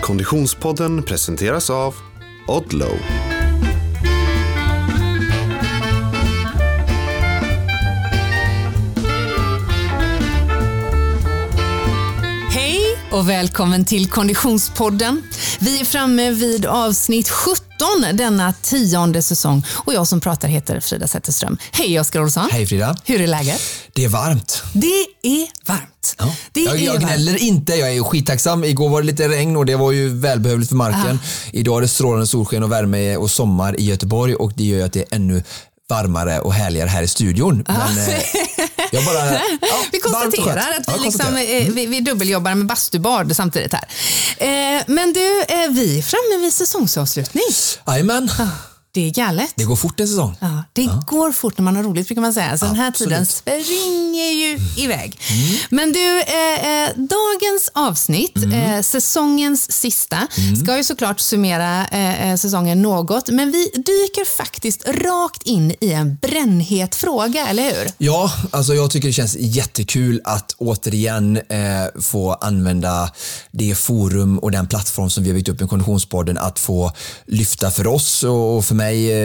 Konditionspodden presenteras av Odlo. Hej och välkommen till Konditionspodden. Vi är framme vid avsnitt 17 denna 10:e säsong och jag som pratar heter Frida Zetterström. Hej Oskar Olsson. Hej Frida. Hur är läget? Det är varmt. Det är varmt. Ja. Det Jag gnäller inte, jag är skittacksam. Igår var det lite regn och det var ju välbehövligt för marken. Idag är det strålande solsken och värme och sommar i Göteborg och det gör att det är ännu varmare och härligare här i studion. Men jag bara... vi konstaterar att vi dubbeljobbar med bastubad samtidigt här. Men du, är vi framme vid säsongsavslutning? Jajamän. Det är galet. Det går fort en säsong. Ja, det går fort när man har roligt, brukar man säga. Så den här tiden springer ju iväg. Men du, dagens avsnitt, säsongens sista, ska ju såklart summera säsongen något. Men vi dyker faktiskt rakt in i en brännhet fråga, eller hur? Ja, alltså jag tycker det känns jättekul att återigen få använda det forum och den plattform som vi har byggt upp i Konditionspodden att få lyfta för oss och för mig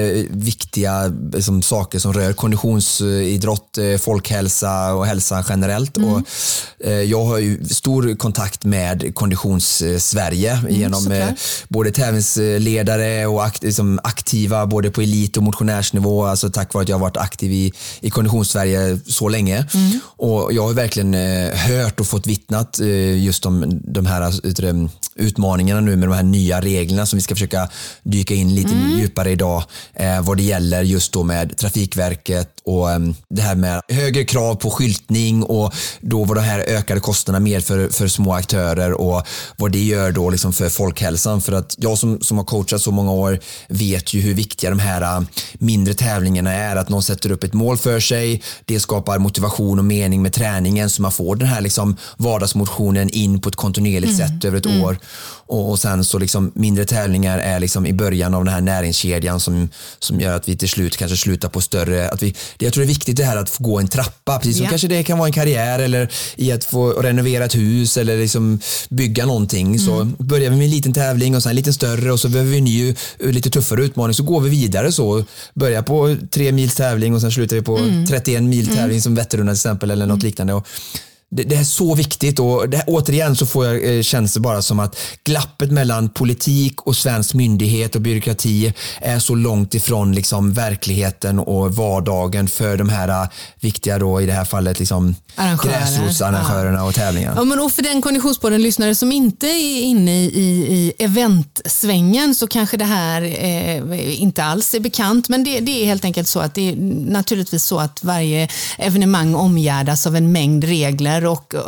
viktiga saker som rör konditionsidrott, folkhälsa och hälsa generellt. Och, jag har ju stor kontakt med Konditions-Sverige genom både tävlingsledare och aktiva både på elit- och motionärsnivå, alltså tack vare att jag har varit aktiv i Konditions-Sverige så länge. Och jag har verkligen hört och fått vittnat just om de här utmaningarna nu med de här nya reglerna som vi ska försöka dyka in lite djupare idag vad det gäller just då med Trafikverket och det här med högre krav på skyltning och då vad de här ökade kostnaderna mer för små aktörer och vad det gör då liksom för folkhälsan. För att jag som har coachat så många år vet ju hur viktiga de här mindre tävlingarna är, att någon sätter upp ett mål för sig, det skapar motivation och mening med träningen så man får den här liksom vardagsmotionen in på ett kontinuerligt sätt över ett år. Och sen så liksom mindre tävlingar är liksom i början av den här näringskedjan som gör att vi till slut kanske slutar på större, jag tror det är viktigt det här att få gå en trappa, precis som kanske det kan vara en karriär eller i att få renovera ett hus eller liksom bygga någonting. Så börjar vi med en liten tävling och sen en liten större och så behöver vi en ny lite tuffare utmaning, så går vi vidare så börjar på 3 mils tävling och sen slutar vi på 31 mil tävling som Vätternrundan till exempel eller något liknande. Och det är så viktigt och återigen så får jag känsla bara som att glappet mellan politik och svensk myndighet och byråkrati är så långt ifrån liksom verkligheten och vardagen för de här viktiga då i det här fallet liksom gräsrotsarrangörerna och tävlingarna. Ja, men och för den Konditionspodden-lyssnare som inte är inne i eventsvängen så kanske det här inte alls är bekant, men det är helt enkelt så att det är naturligtvis så att varje evenemang omgärdas av en mängd regler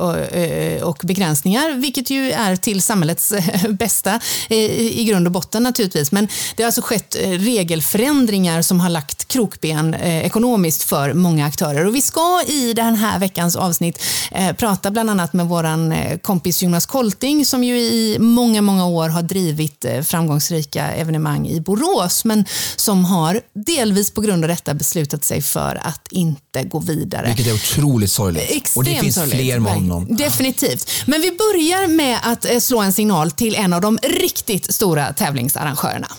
och begränsningar, vilket ju är till samhällets bästa i grund och botten naturligtvis. Men det har alltså skett regelförändringar som har lagt krokben ekonomiskt för många aktörer. Och vi ska i den här veckans avsnitt prata bland annat med våran kompis Jonas Kolting som ju i många, många år har drivit framgångsrika evenemang i Borås, men som har delvis på grund av detta beslutat sig för att inte gå vidare. Vilket är otroligt sorgligt. Extremt och det finns sorgligt. Fler med honom. Definitivt. Men vi börjar med att slå en signal till en av de riktigt stora tävlingsarrangörerna.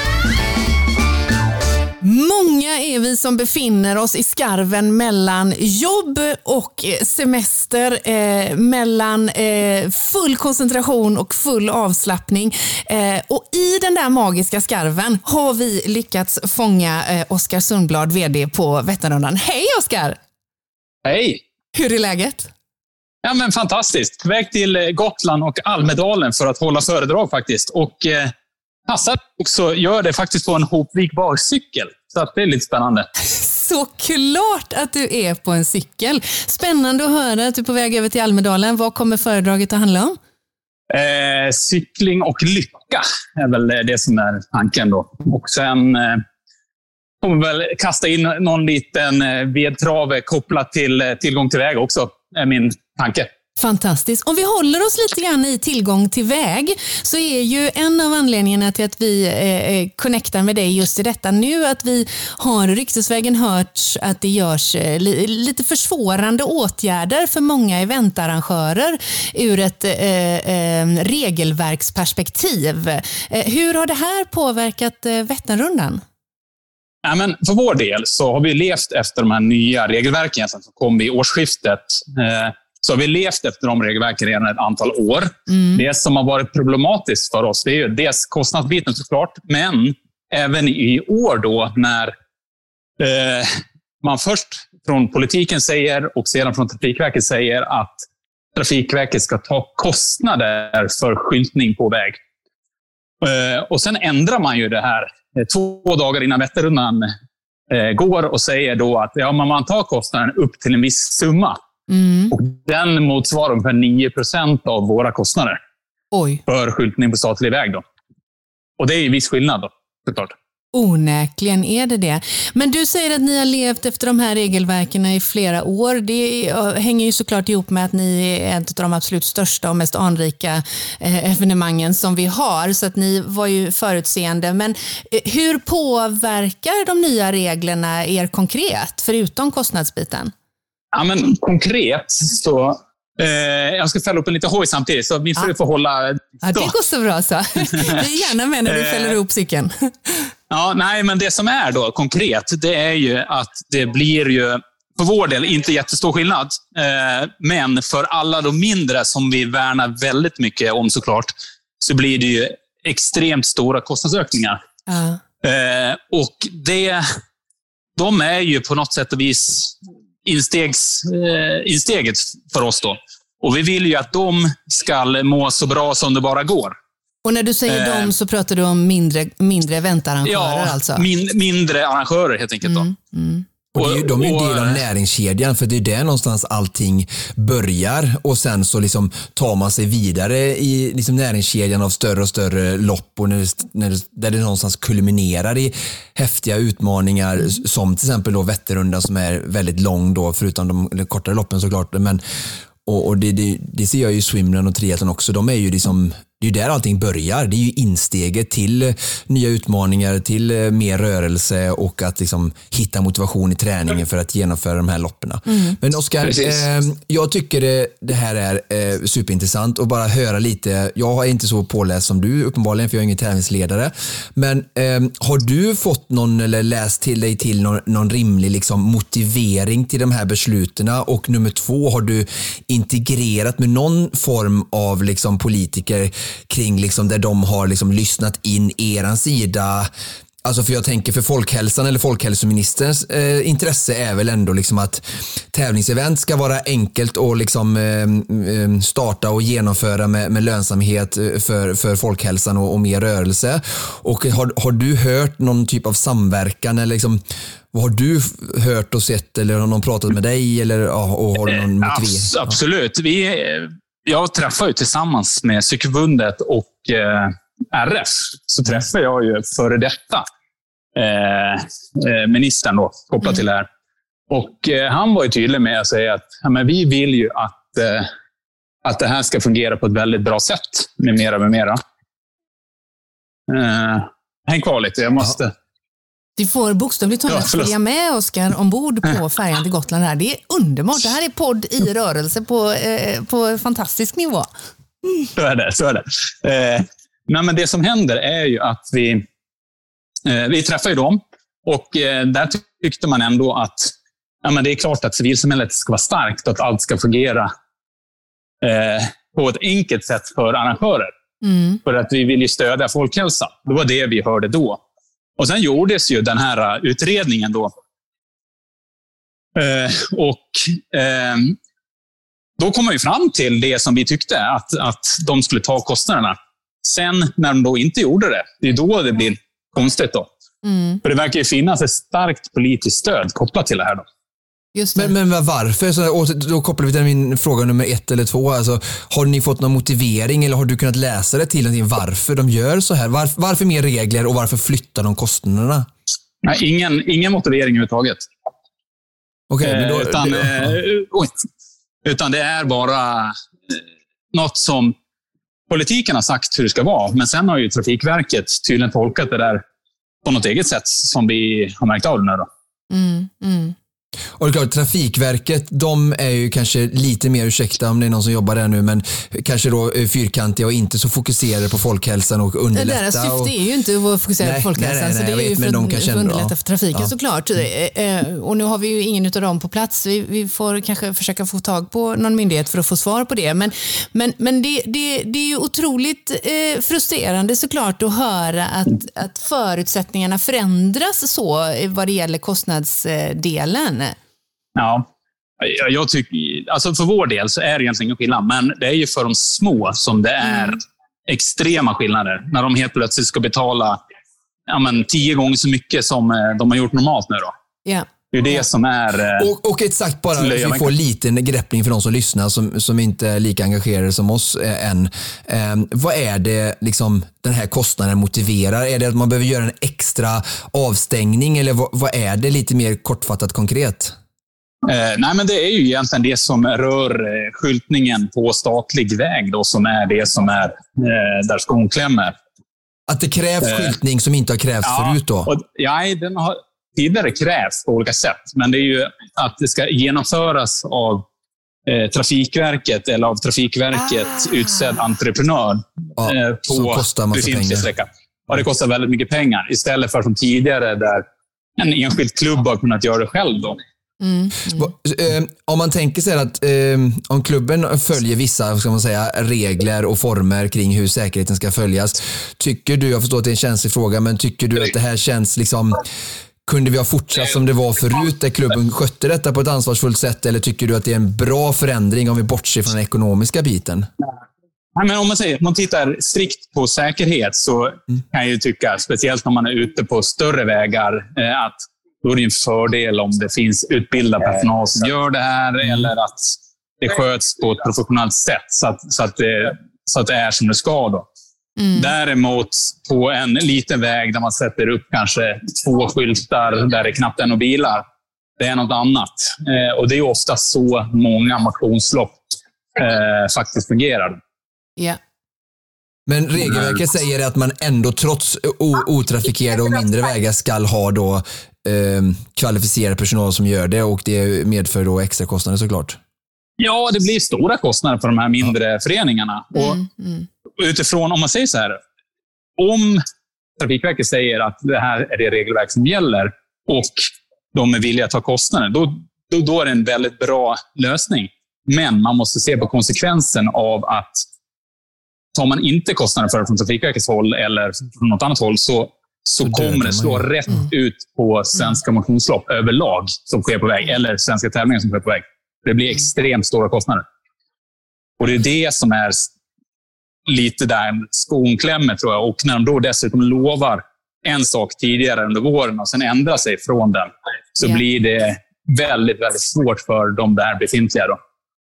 Många är vi som befinner oss i skarven mellan jobb och semester, mellan full koncentration och full avslappning. Och i den där magiska skarven har vi lyckats fånga Oskar Sundblad, vd på Vätternrundan. Hej Oskar! Hej! Hur är läget? Ja, men fantastiskt. Väg till Gotland och Almedalen för att hålla föredrag faktiskt. Och passar också gör det faktiskt på en hopvikbar cykel. Så att det är lite spännande. Såklart att du är på en cykel. Spännande att höra att du är på väg över till Almedalen. Vad kommer föredraget att handla om? Cykling och lycka är väl det som är tanken då. Och sen kommer väl kasta in någon liten vedtrave kopplat till tillgång till väg också, är min tanke. Fantastiskt. Om vi håller oss lite grann i tillgång till väg, så är ju en av anledningarna till att vi connectar med dig just i detta nu att vi har ryktesvägen hört att det görs lite försvårande åtgärder för många eventarrangörer ur ett regelverksperspektiv. Hur har det här påverkat Vätternrundan? Ja, men för vår del så har vi levt efter de här nya regelverken som kom vid årsskiftet. Så har vi levt efter de regelverken redan ett antal år. Det som har varit problematiskt för oss, det är ju dels kostnadsbiten såklart, men även i år då när man först från politiken säger och sedan från Trafikverket säger att Trafikverket ska ta kostnader för skyltning på väg. Och sen ändrar man ju det här 2 dagar innan Vätternrundan går och säger då att man tar kostnaden upp till en viss summa. Och den motsvarar ungefär 9% av våra kostnader. Oj. För skyltning på statlig väg då. Och det är ju viss skillnad då, såklart. Onäkligen är det. Men du säger att ni har levt efter de här regelverken i flera år. Det hänger ju såklart ihop med att ni är ett av de absolut största och mest anrika evenemangen som vi har. Så att ni var ju förutseende. Men hur påverkar de nya reglerna er konkret, förutom kostnadsbiten? Ja, men konkret så... jag ska fälla upp en liten hoj samtidigt, så vi får hålla... Ja, det går så bra så. Vi är gärna med när du fäller upp cykeln. Ja, nej, men det som är då konkret, det är ju att det blir ju för vår del inte jättestor skillnad. Men för alla de mindre som vi värnar väldigt mycket om såklart, så blir det ju extremt stora kostnadsökningar. Och de är ju på något sätt och vis insteget för oss då. Och vi vill ju att de ska må så bra som det bara går. Och när du säger dem så pratar du om mindre eventarrangörer alltså? Mindre arrangörer helt enkelt då. Och de är ju en del av näringskedjan, för det är där någonstans allting börjar och sen så liksom tar man sig vidare i liksom näringskedjan av större och större lopp och där det någonstans kulminerar i häftiga utmaningar som till exempel då Vätternrundan som är väldigt lång då, förutom de kortare loppen såklart, men och det ser jag ju swimrun och triathlon också, de är ju liksom, det är ju där allting börjar. Det är ju insteget till nya utmaningar, till mer rörelse och att liksom hitta motivation i träningen för att genomföra de här loppen. Men Oskar, jag tycker det här är superintressant och bara höra lite. Jag är inte så påläst som du uppenbarligen, för jag är ingen tävlingsledare. Men har du fått någon eller läst till dig till någon rimlig liksom motivering till de här besluten? Och nummer 2, har du integrerat med någon form av liksom politiker kring liksom där de har liksom lyssnat in eran sida? Alltså, för jag tänker för folkhälsan eller folkhälsoministerns intresse är väl ändå liksom att tävlingsevent ska vara enkelt och liksom starta och genomföra med lönsamhet för folkhälsan och mer rörelse. Och har du hört någon typ av samverkan eller liksom, vad har du hört och sett, eller har någon pratat med dig eller och har du någon motivering? Absolut. Jag träffar ju tillsammans med Cykelförbundet och RF, så träffar jag ju före detta ministern då, kopplat till det här. Och han var ju tydlig med att säga att vi vill ju att det här ska fungera på ett väldigt bra sätt med mera. Häng kvar lite, jag måste... Du får bokstavligt talat följa med Oskar ombord på färjan till Gotland här. Det är underbart. Det här är podd i rörelse på fantastisk nivå. Så är det. Men det som händer är ju att vi träffar ju dem och där tyckte man ändå att det är klart att civilsamhället ska vara starkt och att allt ska fungera på ett enkelt sätt för arrangörer. För att vi vill ju stödja folkhälsa. Det var det vi hörde då. Och sen gjordes ju den här utredningen då. Då kom man ju fram till det som vi tyckte, att de skulle ta kostnaderna. Sen när de då inte gjorde det är då det blir konstigt då. För det verkar ju finnas ett starkt politiskt stöd kopplat till det här då. Just det. Men varför? Så, och då kopplar vi till min fråga nummer 1 eller 2. Alltså, har ni fått någon motivering eller har du kunnat läsa det till någonting varför de gör så här? Varför mer regler och varför flyttar de kostnaderna? Nej, ingen motivering överhuvudtaget. Okej, men då... Utan det är bara något som politiken har sagt hur det ska vara. Men sen har ju Trafikverket tydligen tolkat det där på något eget sätt som vi har märkt av nu då. Och det är klart, Trafikverket, de är ju kanske lite mer, ursäkta om det är någon som jobbar där nu, men kanske då fyrkantiga och inte så fokuserade på folkhälsan och underlätta. Deras syfte är ju inte att fokusera på folkhälsan, så det är ju för att underlätta för trafiken såklart. Och nu har vi ju ingen av dem på plats. Vi får kanske försöka få tag på någon myndighet för att få svar på det. Men det är ju otroligt frustrerande såklart att höra att förutsättningarna förändras så vad det gäller kostnadsdelen. Ja, jag tycker, alltså för vår del så är det egentligen ingen skillnad, men det är ju för de små som det är extrema skillnader. När de helt plötsligt ska betala 10 gånger så mycket som de har gjort normalt nu då. Ja. Det är det som är... Och exakt bara att vi får lite greppning för de som lyssnar som inte är lika engagerade som oss än. Vad är det liksom den här kostnaden motiverar? Är det att man behöver göra en extra avstängning eller vad är det lite mer kortfattat konkret? Nej, men det är ju egentligen det som rör skyltningen på statlig väg då, som är det som är där skon klämmer. Att det krävs skyltning som inte har krävts förut då? Den har tidigare krävs på olika sätt. Men det är ju att det ska genomföras av Trafikverket eller av Trafikverket utsedd entreprenör på befintlig sträcka. Ja, det kostar väldigt mycket pengar. Istället för som tidigare där en enskild klubb har kunnat göra det själv då. Om man tänker sig att om klubben följer vissa, ska man säga, regler och former kring hur säkerheten ska följas, tycker du, jag förstår att det är en känslig fråga, men tycker du att det här känns liksom, kunde vi ha fortsatt som det var förut där klubben skötte detta på ett ansvarsfullt sätt, eller tycker du att det är en bra förändring om vi bortser från den ekonomiska biten? Nej, men om man tittar strikt på säkerhet så kan jag ju tycka, speciellt när man är ute på större vägar, att då är det en fördel om det finns utbildad personal som gör det här eller att det sköts på ett professionellt sätt så att det är som det ska då. Däremot på en liten väg där man sätter upp kanske 2 skyltar där det knappt är några bilar, det är något annat. Och det är ofta så många motionslopp faktiskt fungerar. Ja. Men regelverket säger att man ändå trots otrafikerade och mindre vägar ska ha då kvalificerad personal som gör det, och det medför då extra kostnader såklart. Ja, det blir stora kostnader för de här mindre föreningarna. Och utifrån, om man säger så här, om Trafikverket säger att det här är det regelverk som gäller och de är villiga att ta kostnader, då är det en väldigt bra lösning. Men man måste se på konsekvensen av att tar man inte kostnader för det från Trafikverkets håll eller från något annat håll så kommer det slå rätt ut på svenska motionslopp överlag som sker på väg eller svenska tävlingar som sker på väg. Det blir extremt stora kostnader. Och det är det som är lite där skon klämmer, tror jag. Och när de då dessutom lovar en sak tidigare under våren och sen ändrar sig från den, så blir det väldigt, väldigt svårt för de där befintliga då.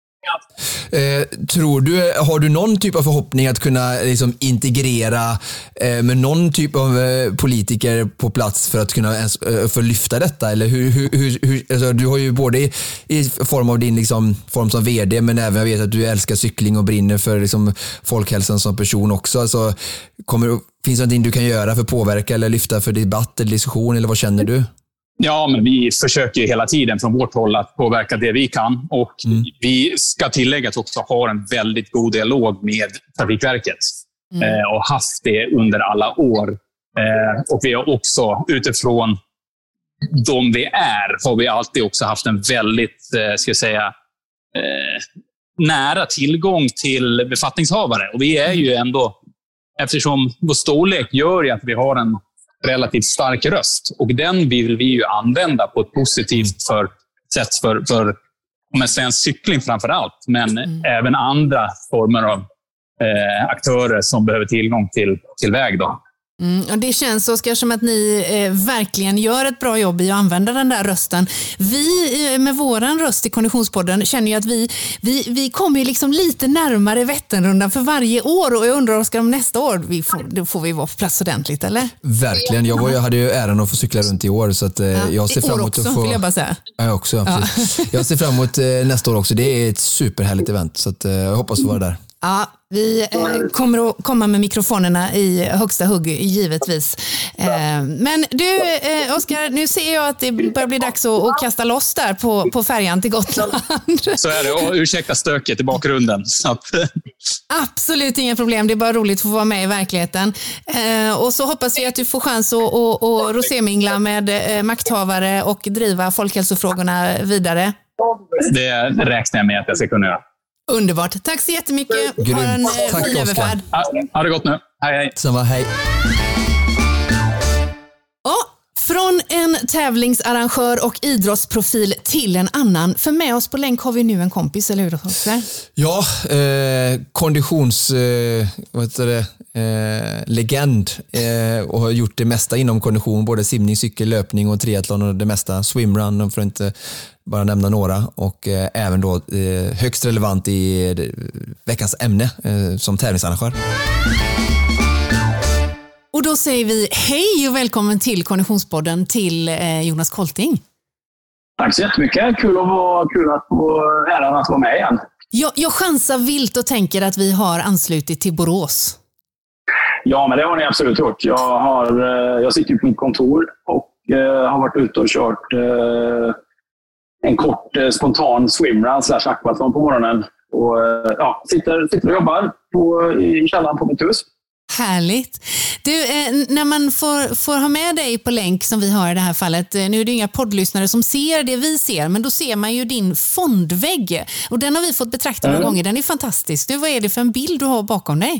Tror du, har du någon typ av förhoppning att kunna liksom integrera med någon typ av politiker på plats för att kunna för lyfta detta, eller hur alltså, du har ju både i form av din liksom, form som vd, men även jag vet att du älskar cykling och brinner för liksom, folkhälsan som person också, alltså, finns det någonting du kan göra för att påverka eller lyfta för debatt eller diskussion, eller vad känner du? Ja, men vi försöker ju hela tiden från vårt håll att påverka det vi kan. Och vi ska tillägga att också ha en väldigt god dialog med Trafikverket. Och haft det under alla år. Och vi har också utifrån de vi är, har vi alltid också haft en väldigt, ska jag säga, nära tillgång till befattningshavare. Och vi är ju ändå, eftersom vår storlek gör ju att vi har en relativt stark röst. Och den vill vi ju använda på ett positivt sätt för svensk cykling framför allt. Men även andra former av aktörer som behöver tillgång till väg då. Och det känns, Oskar, som att ni verkligen gör ett bra jobb i att använda den där rösten. Vi med våran röst i Konditionspodden känner ju att vi kommer ju liksom lite närmare Vätternrundan för varje år, och jag undrar, Oskar, om nästa år då får vi vara på plats ordentligt, eller? Verkligen, jag hade ju äran att få cykla runt i år, så att jag ser fram emot att få... vill jag bara säga. Ja, också, absolut. Jag ser fram emot nästa år också. Det är ett superhärligt event, så att jag hoppas att vara där. Ja, vi kommer att komma med mikrofonerna i högsta hugg, givetvis. Men du, Oskar, nu ser jag att det börjar bli dags att kasta loss där på färjan till Gotland. Så är det, och ursäkta stöket i bakgrunden. Absolut inga problem, det är bara roligt att få vara med i verkligheten. Och så hoppas vi att du får chans att rosémingla med makthavare och driva folkhälsofrågorna vidare. Det räknar jag med att jag ska kunna göra. Underbart. Tack så jättemycket. Grym. Ha en Tack, fin överfärd. Ha det gott nu. Hej. Samma, hej. Från en tävlingsarrangör och idrottsprofil till en annan. För med oss på länk har vi nu en kompis, eller hur, Oskar? Ja, legend och har gjort det mesta inom kondition, både simning, cykel, löpning och triathlon och det mesta, swimrun, för att inte bara nämna några, och även då högst relevant i veckans ämne som tävlingsarrangör. Och då säger vi hej och välkommen till Konditionspodden till Jonas Kolting. Tack så jättemycket. Kul att få äran att vara med igen. Jag chansar vilt och tänker att vi har anslutit till Borås. Ja, men det har ni absolut gjort. Jag sitter ju på mitt kontor och har varit ute och kört en kort spontan swimrun / aquathlon på morgonen. Och sitter och jobbar i källaren på mitt hus. Härligt. Du, när man får ha med dig på länk som vi har i det här fallet, nu är det inga poddlyssnare som ser det vi ser, men då ser man ju din fondvägg, och den har vi fått betrakta några gånger. Den är fantastisk. Du, vad är det för en bild du har bakom dig?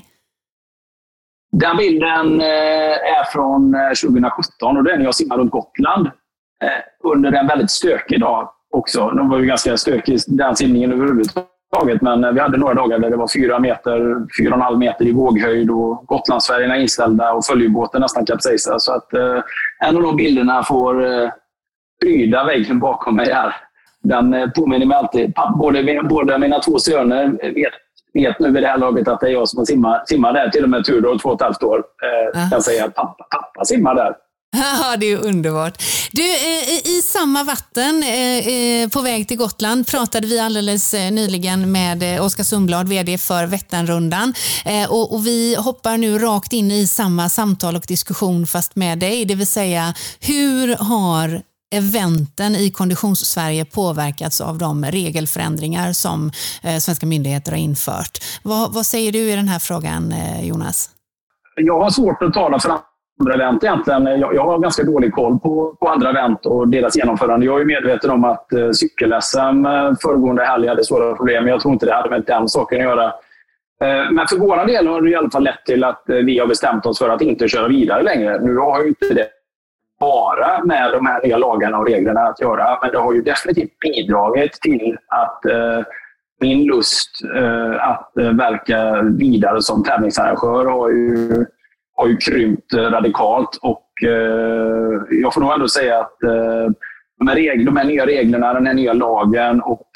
Den bilden är från 2017, och det är när jag simmar runt Gotland under en väldigt stökig dag också. Den var ju ganska stökig, den simningen överhuvudtaget. Men vi hade några dagar där det var 4,5 meter i våghöjd och Gotlandsfärgerna inställda och följebåten nästan kapsejsade. Så att en av de bilderna får pryda väggen bakom mig här. Den påminner mig alltid. Båda mina 2 söner vet nu vid det här laget att det är jag som simmar där. Till och med Tudor, 2,5 år. Kan säga att pappa simmar där. Ja, det är underbart. Du, i samma vatten på väg till Gotland pratade vi alldeles nyligen med Oskar Sundblad, vd för Vätternrundan. Och vi hoppar nu rakt in i samma samtal och diskussion fast med dig. Det vill säga, hur har eventen i Konditions-Sverige påverkats av de regelförändringar som svenska myndigheter har infört? Vad säger du i den här frågan, Jonas? Jag har svårt att tala för andra event egentligen. Jag har ganska dålig koll på andra event och deras genomförande. Jag är medveten om att cykel-SM föregående helg hade svåra problem. Jag tror inte det hade med den saken att göra. Men för våra del har det i alla fall lett till att vi har bestämt oss för att inte köra vidare längre. Nu har ju inte det bara med de här nya lagarna och reglerna att göra, men det har ju definitivt bidragit till att min lust att verka vidare som tävlingsarrangör har ju krympt radikalt, och jag får nog ändå säga att de här nya reglerna, den här nya lagen och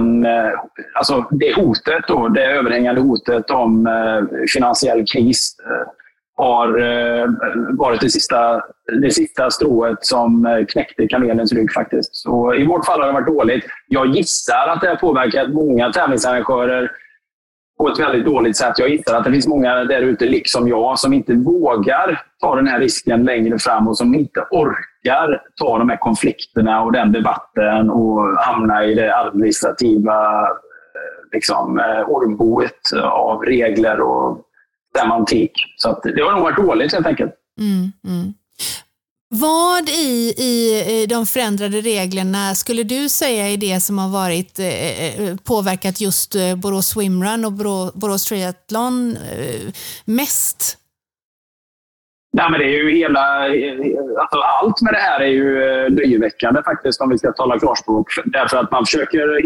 det hotet då, det överhängande hotet om finansiell kris har varit det sista strået som knäckte kamelens rygg faktiskt. Så i vårt fall har det varit dåligt. Jag gissar att det har påverkat många tävlingsarrangörer på ett väldigt dåligt sätt. Jag gissar att det finns många där ute liksom jag som inte vågar ta den här risken längre fram och som inte orkar ta de här konflikterna och den debatten och hamna i det administrativa ormboet av regler och semantik. Så att det har nog varit dåligt helt enkelt. Vad i de förändrade reglerna skulle du säga är det som har varit påverkat just Borås Swimrun och Borås Triathlon mest? Nej, men det är ju allt med det här är ju löjeväckande faktiskt, om vi ska tala klarspråk. Därför att man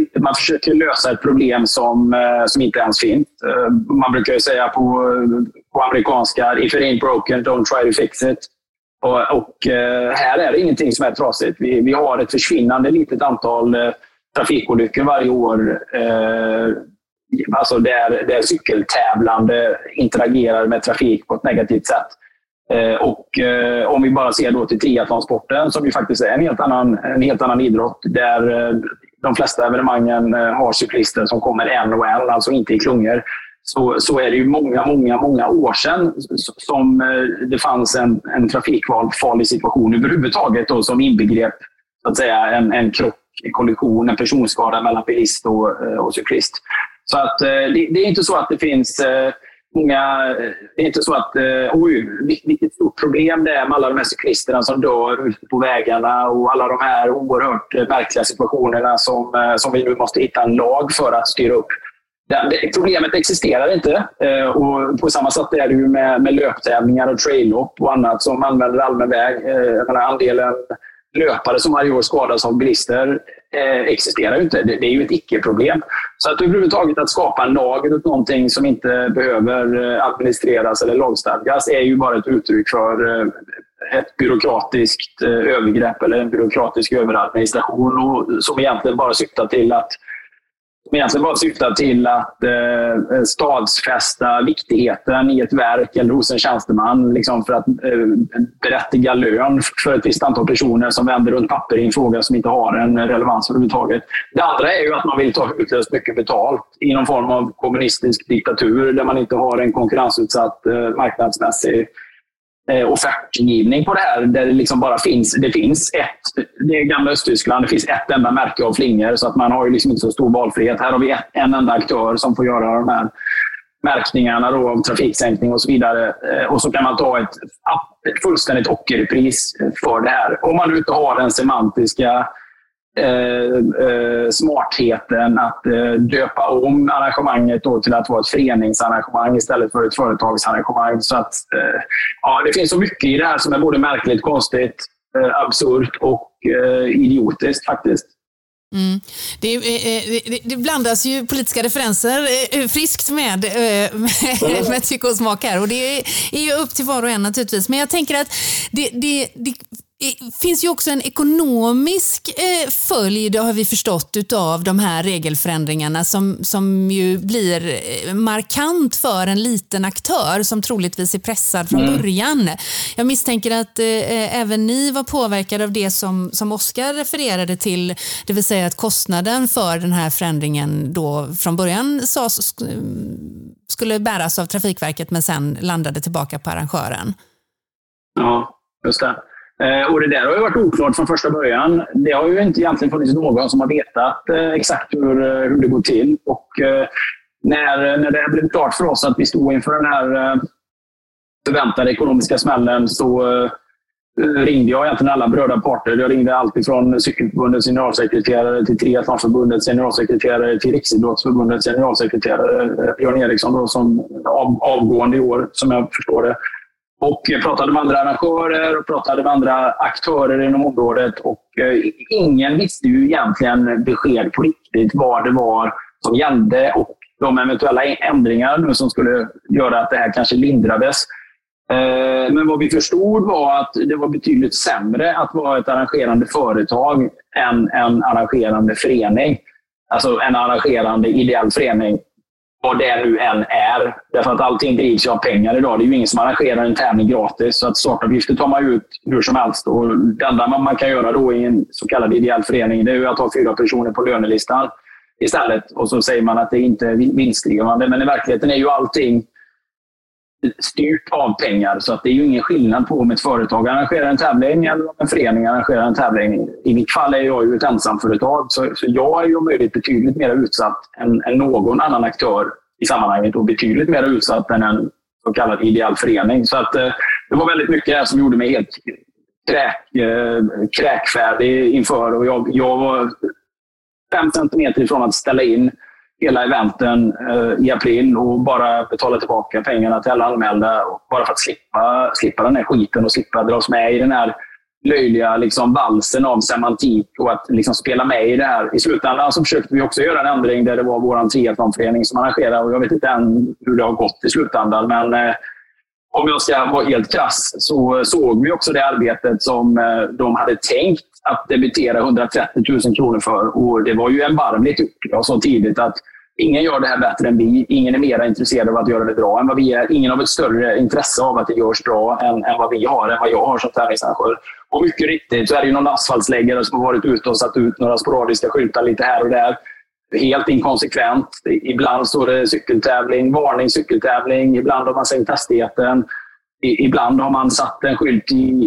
försöker lösa ett problem som inte ens finns. Man brukar ju säga på på amerikanska, if it ain't broken, don't try to fix it. Och här är det ingenting som är trasigt. Vi har ett försvinnande litet antal trafikolyckor varje år. Alltså där cykeltävlande interagerar med trafik på ett negativt sätt. Och om vi bara ser då till triathlonsporten, som ju faktiskt är en helt annan idrott, där de flesta evenemangen har cyklister som kommer en och en, alltså inte i klungor, så är det ju många år sedan som det fanns en trafikfarlig situation överhuvudtaget då, som inbegrep så att säga en krock, en kollision, en personskada mellan bilist och cyklist. Så att det är inte så att det finns det är inte så att vilket stort problem det är med alla de här cyklisterna som dör ute på vägarna och alla de här oerhört märkliga situationerna som vi nu måste hitta en lag för att styra upp. Problemet existerar inte, och på samma sätt är det ju med löptävlingar och trail-lopp och annat som använder allmän väg. Andelen löpare som varje år skadas av bilister existerar ju inte. Det är ju ett icke-problem. Så att överhuvudtaget att skapa en lag eller någonting som inte behöver administreras eller lagstadgas är ju bara ett uttryck för ett byråkratiskt övergrepp eller en byråkratisk överadministration, och som egentligen bara syftar till att stadsfästa viktigheten i ett verk eller hos en tjänsteman, liksom för att berättiga lön för ett visst antal personer som vänder runt papper i en fråga som inte har en relevans överhuvudtaget. Det andra är ju att man vill ta utlöst mycket betalt i någon form av kommunistisk diktatur där man inte har en konkurrensutsatt marknadsmässig offertgivning på det här, där det liksom bara finns det är gamla Östtyskland, det finns ett enda märke av flingor, så att man har ju liksom inte så stor valfrihet. Här har vi en enda aktör som får göra de här märkningarna då, av trafiksänkning och så vidare, och så kan man ta ett fullständigt ockerpris för det här. Om man nu inte har den semantiska smartheten att döpa om arrangemanget då till att vara ett föreningsarrangemang istället för ett företagsarrangemang. Så att det finns så mycket i det här som är både märkligt, konstigt, absurt och idiotiskt faktiskt. Mm. Det blandas ju politiska referenser friskt med psykosmak här, och det är ju upp till var och en naturligtvis. Men jag tänker att det finns ju också en ekonomisk följd, har vi förstått, utav de här regelförändringarna som ju blir markant för en liten aktör som troligtvis är pressad från början. Jag misstänker att även ni var påverkade av det som Oskar refererade till, det vill säga att kostnaden för den här förändringen då från början skulle bäras av Trafikverket men sen landade tillbaka på arrangören. Ja, just det. Och det där har ju varit oklart från första början. Det har ju inte egentligen funnits någon som har vetat exakt hur det går till. Och när det blev klart för oss att vi stod inför den här förväntade ekonomiska smällen, så ringde jag egentligen alla berörda parter. Jag ringde allt ifrån Cykelförbundets generalsekreterare till Triathlonförbundets generalsekreterare till Riksidrottsförbundets generalsekreterare Björn Eriksson då, som avgående i år, som jag förstår det. Och pratade med andra arrangörer och pratade med andra aktörer inom området, och ingen visste ju egentligen besked på riktigt vad det var som gällde och de eventuella ändringar nu som skulle göra att det här kanske lindrades. Men vad vi förstod var att det var betydligt sämre att vara ett arrangerande företag än en arrangerande förening. Alltså en arrangerande ideell förening. Vad det nu än är. Därför att allting drivs ju av pengar idag. Det är ju ingen som arrangerar en tävling gratis. Så att startavgifter tar man ut hur som helst. Och det enda man kan göra då i en så kallad ideell förening, det är ju att ha 4 personer på lönelistan istället. Och så säger man att det inte är vinstdrivande. Men i verkligheten är ju allting styrt av pengar. Så att det är ju ingen skillnad på om ett företag arrangerar en tävling eller om en förening arrangerar en tävling. I mitt fall är jag ju ett ensamföretag, så jag är ju möjligt betydligt mer utsatt än någon annan aktör i sammanhanget, och betydligt mer utsatt än en så kallad ideell förening. Så att det var väldigt mycket här som gjorde mig helt kräkfärdig inför, och jag var 5 centimeter ifrån att ställa in hela eventen i april och bara betala tillbaka pengarna till alla anmälda, bara för att slippa den här skiten och slippa dras med i den här löjliga liksom valsen av semantik och att liksom spela med i det här. I slutändan så försökte vi också göra en ändring där det var vår triathlonförening som arrangerade, och jag vet inte än hur det har gått i slutändan, men om jag ska vara helt krass, så såg vi också det arbetet som de hade tänkt att debitera 130 000 kronor för. Och det var ju erbarmligt gjort. Jag sa tidigt att ingen gör det här bättre än vi. Ingen är mer intresserad av att göra det bra än vad vi är. Ingen har ett större intresse av att det görs bra än vad vi har, än vad jag har som tävlingsarrangör. Och mycket riktigt så är det ju någon asfaltsläggare som har varit ute och satt ut några sporadiska skyltar lite här och där. Helt inkonsekvent. Ibland står det cykeltävling, varning cykeltävling. Ibland har man sänkt hastigheten. Ibland har man satt en skylt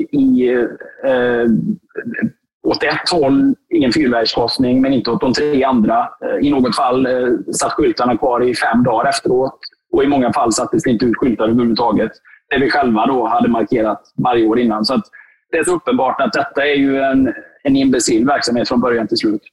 åt ett håll, ingen fyrvägskorsning, men inte åt de 3 andra. I något fall satt skyltarna kvar i 5 dagar efteråt. Och i många fall sattes det inte ut skyltar överhuvudtaget. Det vi själva då hade markerat varje år innan. Så att det är så uppenbart att detta är ju en imbecill verksamhet från början till slut.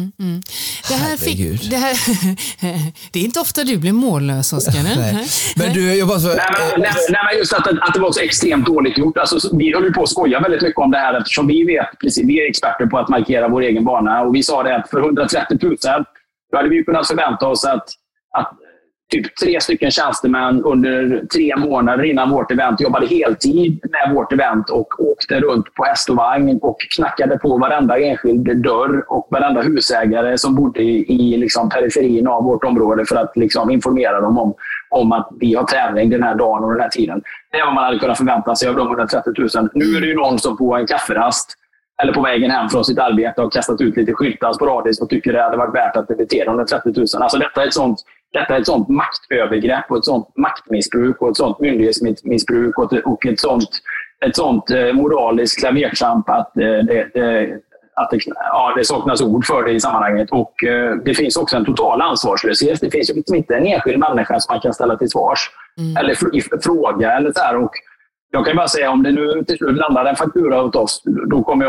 Det är inte ofta du blir mållös, Oskar. Men du, jag bara så... Nej, just att det var så extremt dåligt gjort. Alltså, vi höll ju på att skoja väldigt mycket om det här eftersom vi är experter på att markera vår egen bana. Och vi sa det att för 130 000 då hade vi kunnat förvänta oss att typ 3 stycken tjänstemän under 3 månader innan vårt event jobbade heltid med vårt event och åkte runt på häst och vagn och knackade på varenda enskild dörr och varenda husägare som bodde i liksom periferin av vårt område för att liksom informera dem om att vi har tävling den här dagen och den här tiden. Det är vad man hade kunnat förvänta sig av de 130 000. Nu är det ju någon som på en kafferast eller på vägen hem från sitt arbete har kastat ut lite skyltar sporadiskt och tycker det hade varit värt att debitera 130 000. Alltså detta är ett sånt maktövergrepp och ett sånt maktmissbruk och ett sånt myndighetsmissbruk och ett sånt moraliskt klavertramp att det saknas ord för det i sammanhanget. Och det finns också en total ansvarslöshet. Det finns ju inte en enskild människa som man kan ställa till svars eller fråga eller så här. Och jag kan bara säga om det nu till slut landar en faktura åt oss, då kommer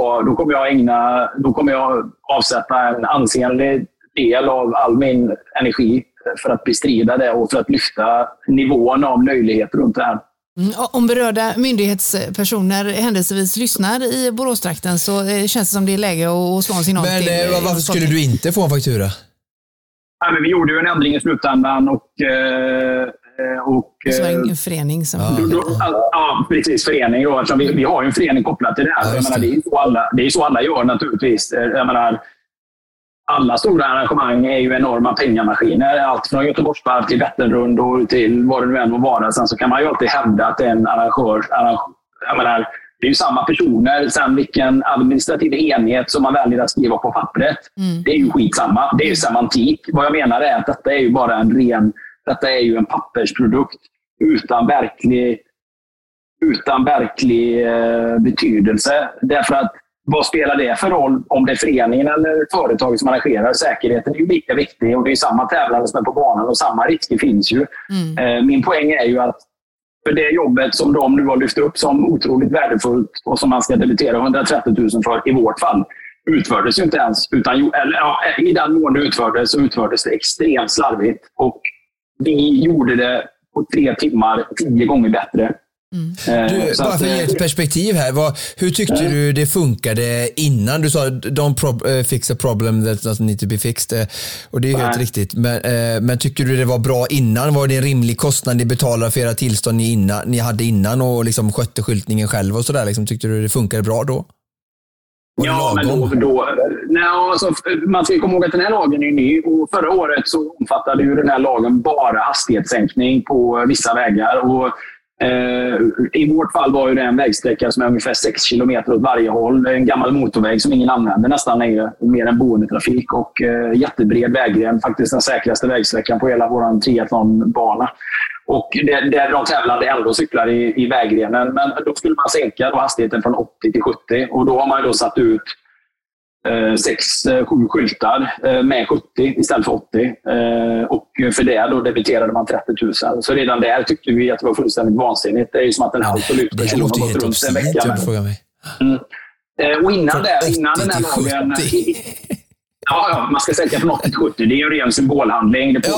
jag avsätta en ansenlig del av all min energi för att bestrida det och för att lyfta nivån av löjlighet runt det här. Om berörda myndighetspersoner händelsevis lyssnar i Boråstrakten så känns det som det är läge att slå en signal till. Men varför skulle du inte få en faktura? Ja, men vi gjorde ju en ändring i slutändan och så var det en förening som... Ja, precis, förening då. Vi har ju en förening kopplat till det här. Jag menar, det är så alla gör naturligtvis. Jag menar, alla stora arrangemang är ju enorma pengamaskiner. Allt från Göteborgsvarv till Vätternrund och till vad det nu än må vara. Sen så kan man ju alltid hävda att en arrangör... Jag menar, det är ju samma personer. Sen vilken administrativ enhet som man väljer att skriva på pappret. Det är ju skitsamma. Det är ju semantik. Vad jag menar är att detta är ju bara detta är ju en pappersprodukt utan verklig betydelse. Därför att vad spelar det för roll om det är föreningen eller företaget som arrangerar? Säkerheten är ju lika viktig och det är samma tävlande som är på banan och samma risker finns ju. Min poäng är ju att för det jobbet som de nu har lyft upp som otroligt värdefullt och som man ska debitera 130 000 för i vårt fall utfördes ju inte ens. I den mån det utfördes så utfördes det extremt slarvigt och vi gjorde det på 3 timmar 10 gånger bättre. Bara för att ge ett perspektiv här, hur tyckte du det funkade innan? Du sa don't fix a problem that doesn't need to be fixed, och det är helt riktigt, men tycker du det var bra innan? Var det en rimlig kostnad ni betalade för era tillstånd ni hade innan och liksom skötte skyltningen själv och sådär? Liksom, tyckte du det funkade bra då? Ja, men alltså, man ska komma ihåg att den här lagen är ny och förra året så omfattade ju den här lagen bara hastighetssänkning på vissa vägar och i vårt fall var ju det en vägsträcka som är ungefär 6 kilometer åt varje håll. En gammal motorväg som ingen använder nästan längre, mer än boendetrafik och jättebred vägren, faktiskt den säkraste vägsträckan på hela vår triathlonbana. Och där de tävlande ändå cyklar i vägrenen. Men då skulle man sänka hastigheten från 80 till 70 och då har man då satt ut 6-7 skyltar med 70 istället för 80 och för det då debiterade man 30 000. Så redan där tyckte vi att det var fullständigt vansinnigt. Det är ju som att en absolut person har gått runt en vecka. Och innan den här lagen... Ja, man ska sänka från 80 till 70. Det är ju en ren symbolhandling. Det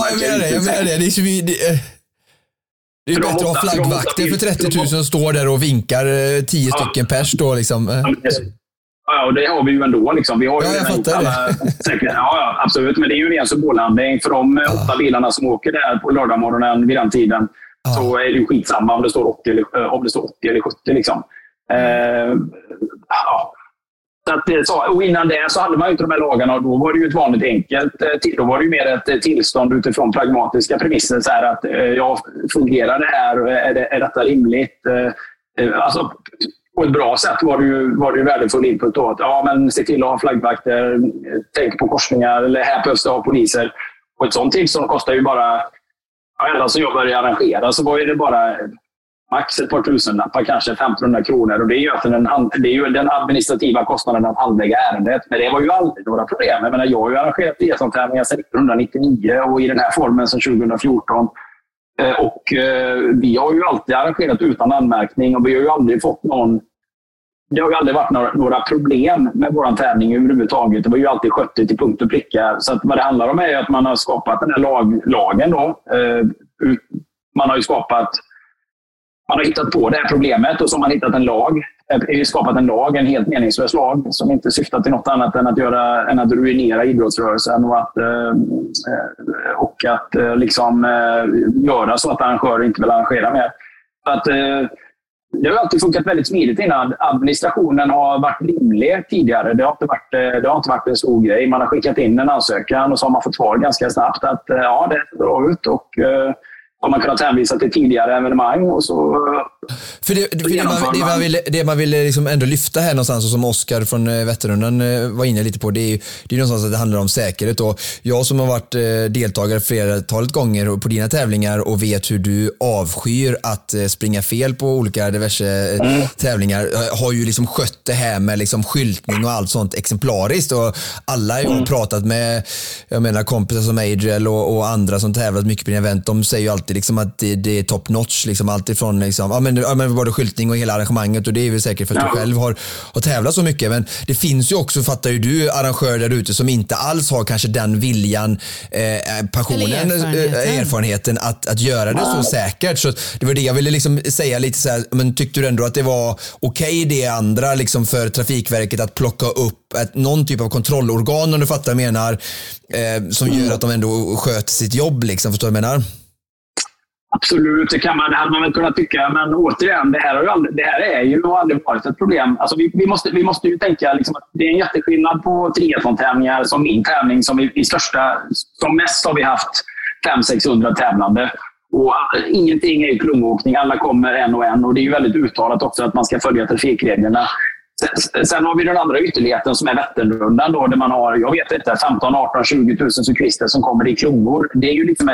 är ju bättre att ha flaggvakter för 30 000 som står där och vinkar 10 stycken pers då liksom. Ja, och det har vi ju ändå. Liksom. Vi har ju ja, absolut. Men det är ju en ren symbolhandling för de 8 bilarna som åker där på lördagmorgonen vid den tiden. så är det ju skitsamma om det står 80 eller 70 liksom. Och innan det så hade man ju inte de här lagarna, och då var det ju ett vanligt enkelt. Då var det ju mer ett tillstånd utifrån pragmatiska premisser. Så här att fungerar det här? Är detta rimligt? Alltså, på ett bra sätt var det ju värdefull input då. Att, men se till att ha flaggvakter, tänk på korsningar, eller här behövs det ha poliser. Och ett sånt tillstånd kostar ju bara, alla som jobbar i arrangera, så var det bara max ett par tusenlappar, kanske 1500 kronor. Och det är ju den administrativa kostnaden att handlägga ärendet. Men det var ju aldrig några problem. Jag menar, jag har ju arrangerat triathlon-tävlingar sedan 1999 och i den här formen sedan 2014. Och vi har ju alltid arrangerat utan anmärkning, och vi har ju aldrig fått det har ju aldrig varit några problem med våran tävling överhuvudtaget. Det var ju alltid skött till punkt och pricka. Så att vad det handlar om är att man har skapat den här lagen då. Man har ju man har hittat på det här problemet, och så har man hittat skapat en lag, en helt meningslös lag som inte syftar till något annat än att ruinera idrottsrörelsen och att göra så att arrangörer inte vill arrangera mer. Så att, det har alltid funkat väldigt smidigt innan. Administrationen har varit rimlig tidigare. Det har inte varit en stor grej. Man har skickat in en ansökan och så har man fått svar ganska snabbt att det ser bra ut, och har man kunnat hänvisa till tidigare evenemang, och så... För det man vill liksom ändå lyfta här någonstans, och som Oskar från Vätternrundan var inne lite på, det är någonstans att det handlar om säkerhet. Och jag som har varit deltagare flertalet gånger på dina tävlingar och vet hur du avskyr att springa fel på olika diverse tävlingar, har ju liksom skött det här med liksom skyltning och allt sånt exemplariskt. Och alla jag har pratat med, jag menar kompisar som Adriel och andra som tävlat mycket på dina event, de säger ju alltid liksom att det är top notch, liksom allt ifrån liksom, men både skyltning och hela arrangemanget, och det är väl säkert för att du själv har tävlat så mycket. Men det finns ju också, fattar ju du, arrangörer där ute som inte alls har kanske den viljan, passionen, erfarenheten att göra det så säkert. Så det var det jag ville liksom säga lite så här, men tyckte du ändå att det var okej det andra liksom för Trafikverket att plocka upp någon typ av kontrollorgan, om du fattar vad jag menar, som gör att de ändå sköter sitt jobb liksom, förstår du vad jag menar? Absolut, det hade man väl kunnat tycka, men återigen, det här är ju aldrig varit ett problem. Alltså vi måste ju tänka liksom att det är en jätteskillnad på triathlon-tävlingar som min tävling, som mest har vi haft 500-600 tävlande. Och ingenting är ju klungåkning, alla kommer en och en, och det är ju väldigt uttalat också att man ska följa trafikreglerna. Sen har vi den andra ytterligheten som är Vätternrundan då, där man har, jag vet inte, 15, 18, 20 000 cyklister som kommer i klungor. Det är ju liksom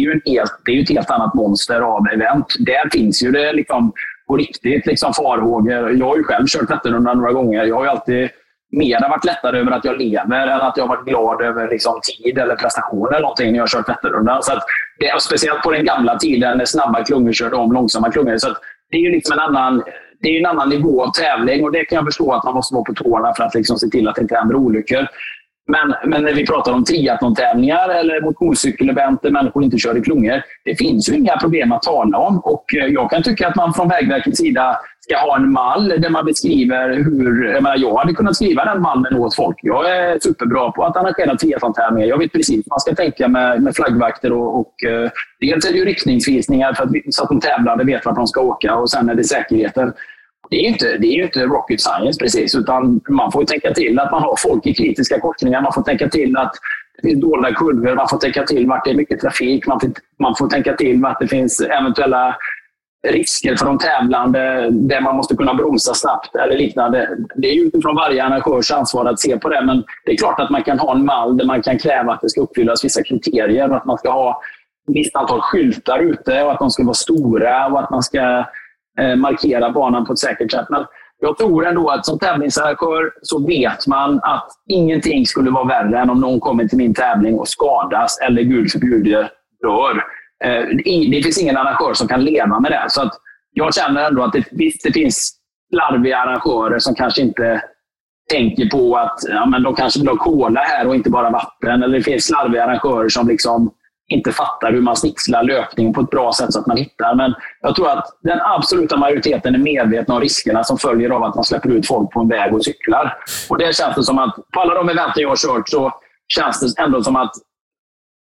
ett helt annat monster av event. Där finns ju det liksom på riktigt liksom farhågor. Jag har ju själv kört Vätternrundan några gånger. Jag har ju alltid mer varit lättare över att jag lever än att jag har varit glad över liksom tid eller prestation eller någonting när jag har kört Vätternrundan. Så att det är speciellt på den gamla tiden när snabba klungor körde om långsamma klungor. Så att det är ju liksom en annan nivå av tävling, och det kan jag förstå att man måste vara på tårna för att liksom se till att det inte händer olyckor. Men när vi pratar om triathlon-tävlingar eller motionscykelevent där människor inte kör i klungor, det finns ju inga problem att tala om. Och jag kan tycka att man från Vägverkets sida ska ha en mall där man beskriver hur... Jag hade kunnat skriva den mallen åt folk. Jag är superbra på att arrangera triathlon-tävlingar. Jag vet precis vad man ska tänka med flaggvakter och dels är det ju riktningsvisningar så att de tävlande vet vart de ska åka, och sen är det säkerheten. Det är ju inte rocket science precis, utan man får tänka till att man har folk i kritiska korsningar, man får tänka till att det finns dolda kurvor, man får tänka till vart det är mycket trafik, man får tänka till vart det finns eventuella risker för de tävlande där man måste kunna bromsa snabbt eller liknande. Det är ju utifrån varje arrangörs ansvar att se på det, men det är klart att man kan ha en mall där man kan kräva att det ska uppfyllas vissa kriterier, och att man ska ha ett visst antal skyltar ute och att de ska vara stora och att man ska markera banan på ett säkert sätt. Men jag tror ändå att som tävlingsarrangör så vet man att ingenting skulle vara värre än om någon kommer till min tävling och skadas eller gud förbjuder dör. Det finns ingen arrangör som kan leva med det. Så att jag känner ändå att det finns larviga arrangörer som kanske inte tänker på att de kanske vill ha cola här och inte bara vatten. Eller det finns larviga arrangörer som liksom inte fattar hur man snitslar löpningen på ett bra sätt så att man hittar. Men jag tror att den absoluta majoriteten är medvetna om riskerna som följer av att man släpper ut folk på en väg och cyklar. Och det känns det som att på alla de eventen jag har kört så känns det ändå som att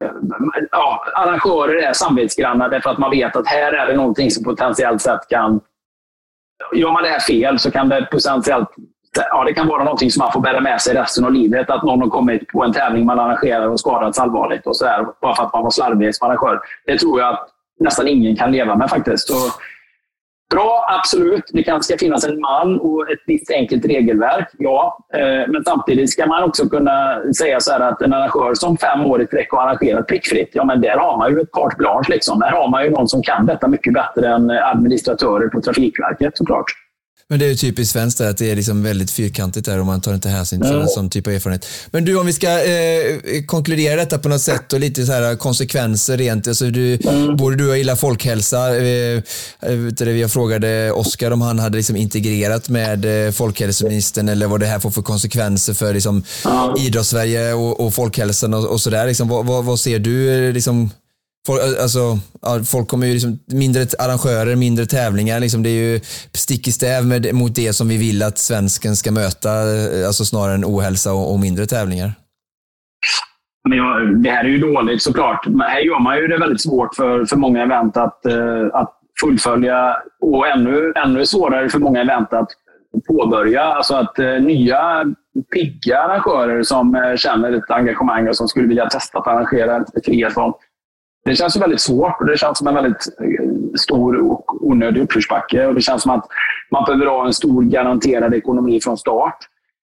arrangörer är samvetsgranna därför att man vet att här är det någonting som potentiellt sett kan... Gör man det här fel så kan det potentiellt... Ja, det kan vara någonting som man får bära med sig resten av livet. Att någon har kommit på en tävling man arrangerar och skadats allvarligt och så där, bara för att man var slarvig som arrangör. Det tror jag att nästan ingen kan leva med faktiskt. Så, bra, absolut. Det ska finnas en mall och ett visst enkelt regelverk. Ja, men samtidigt ska man också kunna säga så här att en arrangör som 5 år i sträck har arrangerat prickfritt, ja men där har man ju ett carte blanche liksom. Där har man ju någon som kan detta mycket bättre än administratörer på Trafikverket såklart. Men det är ju typiskt svenskt att det är liksom väldigt fyrkantigt där och man tar inte hänsyn till en sån typ av erfarenhet. Men du, om vi ska konkludera detta på något sätt och lite så här konsekvenser rent. Alltså både du och jag gillar folkhälsa. Vi frågade Oskar om han hade liksom integrerat med folkhälsoministern eller vad det här får för konsekvenser för liksom idrottssverige och folkhälsan och sådär. Liksom, vad ser du liksom... Folk kommer ju liksom, mindre arrangörer, mindre tävlingar liksom, det är ju stick i stäv mot det som vi vill att svensken ska möta, alltså snarare än ohälsa och mindre tävlingar. Men det här är ju dåligt såklart. Men här gör man ju det väldigt svårt för många event att fullfölja och ännu svårare för många event att påbörja. Alltså att nya pigga arrangörer som känner ett engagemang och som skulle vilja testa att arrangera ett triathlon. Det känns ju väldigt svårt och det känns som en väldigt stor och onödig uppförsbacke. Och det känns som att man behöver ha en stor garanterad ekonomi från start.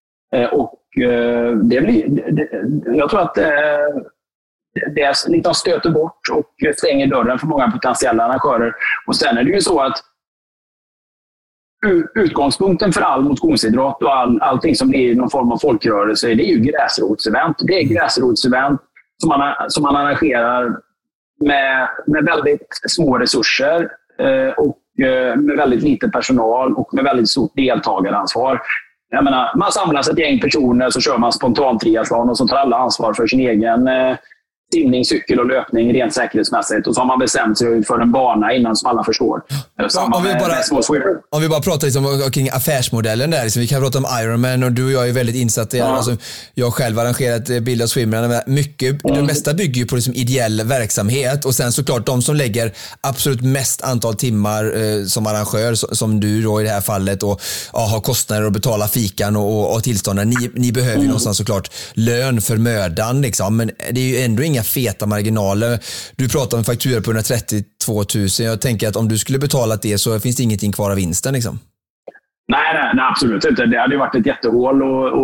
Jag tror att det liksom stöter bort och stänger dörren för många potentiella arrangörer. Och sen är det ju så att utgångspunkten för all motionsidrott och allting som är någon form av folkrörelse, det är ju gräsrotsevent. Det är gräsrotsevent som man arrangerar med väldigt små resurser och med väldigt lite personal och med väldigt stort deltagaransvar. Jag menar, man samlas ett gäng personer så kör man spontant triathlon och så tar alla ansvar för sin egen simning, cykel och löpning rent säkerhetsmässigt. Och så har man bestämt sig för en bana innan som alla förstår. Om vi bara pratar liksom kring affärsmodellen där. Liksom, vi kan prata om Ironman och du och jag är väldigt insatta i alltså, jag har själv arrangerat Bild av Swimrun. Det mesta bygger ju på liksom ideell verksamhet och sen såklart de som lägger absolut mest antal timmar som arrangör, som du då i det här fallet och har kostnader att betala fikan och tillstånden. Ni behöver ju någonstans såklart lön för mödan liksom, men det är ju ändå inga feta marginaler. Du pratar om fakturor på 132 000. Jag tänker att om du skulle betala det så finns det ingenting kvar av vinsten liksom. Nej, absolut inte. Det hade ju varit ett jättehål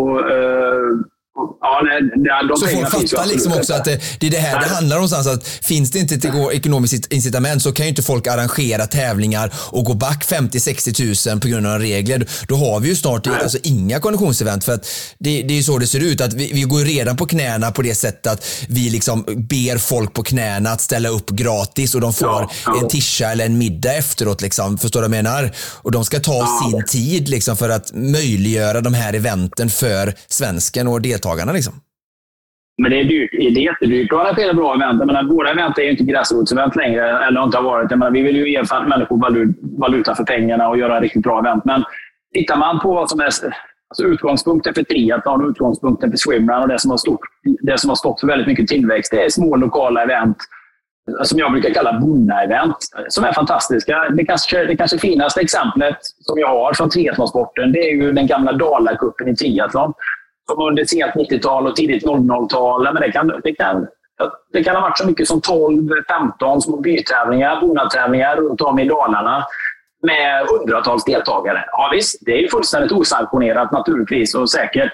så folk fattar liksom också att det är det här det handlar om. Att finns det inte ett ekonomiskt incitament så kan ju inte folk arrangera tävlingar och gå back 50-60 000 på grund av regler. Då har vi ju snart alltså inga konditionsevent för att det är ju så det ser ut att vi går redan på knäna på det sättet att vi liksom ber folk på knäna att ställa upp gratis och de får en tisha eller en middag efteråt liksom, förstår du vad jag menar? Och de ska ta sin tid liksom för att möjliggöra de här eventen för svensken och deltagarna liksom. Men det är dyrt. Det är jättedyrt att arrangera bra event. Jag menar, våra event är ju inte gräsrotsevent längre, eller inte har varit. Jag menar, vi vill ju ge människor valuta för pengarna och göra riktigt bra event. Men tittar man på vad som är alltså utgångspunkten för triathlon och utgångspunkten för swimrun och det som har stått för väldigt mycket tillväxt, det är små lokala event som jag brukar kalla bonna-event, som är fantastiska. Det kanske finaste exemplet som jag har från triathlonsporten, det är ju den gamla Dalacupen i triathlon. Som under sent 90-tal och tidigt 00-tal. Men det kan ha varit så mycket som 12-15 små bytävlingar, bonatävlingar runt om i Dalarna med hundratals deltagare. Ja visst, det är ju fullständigt osanktionerat naturligtvis och säkert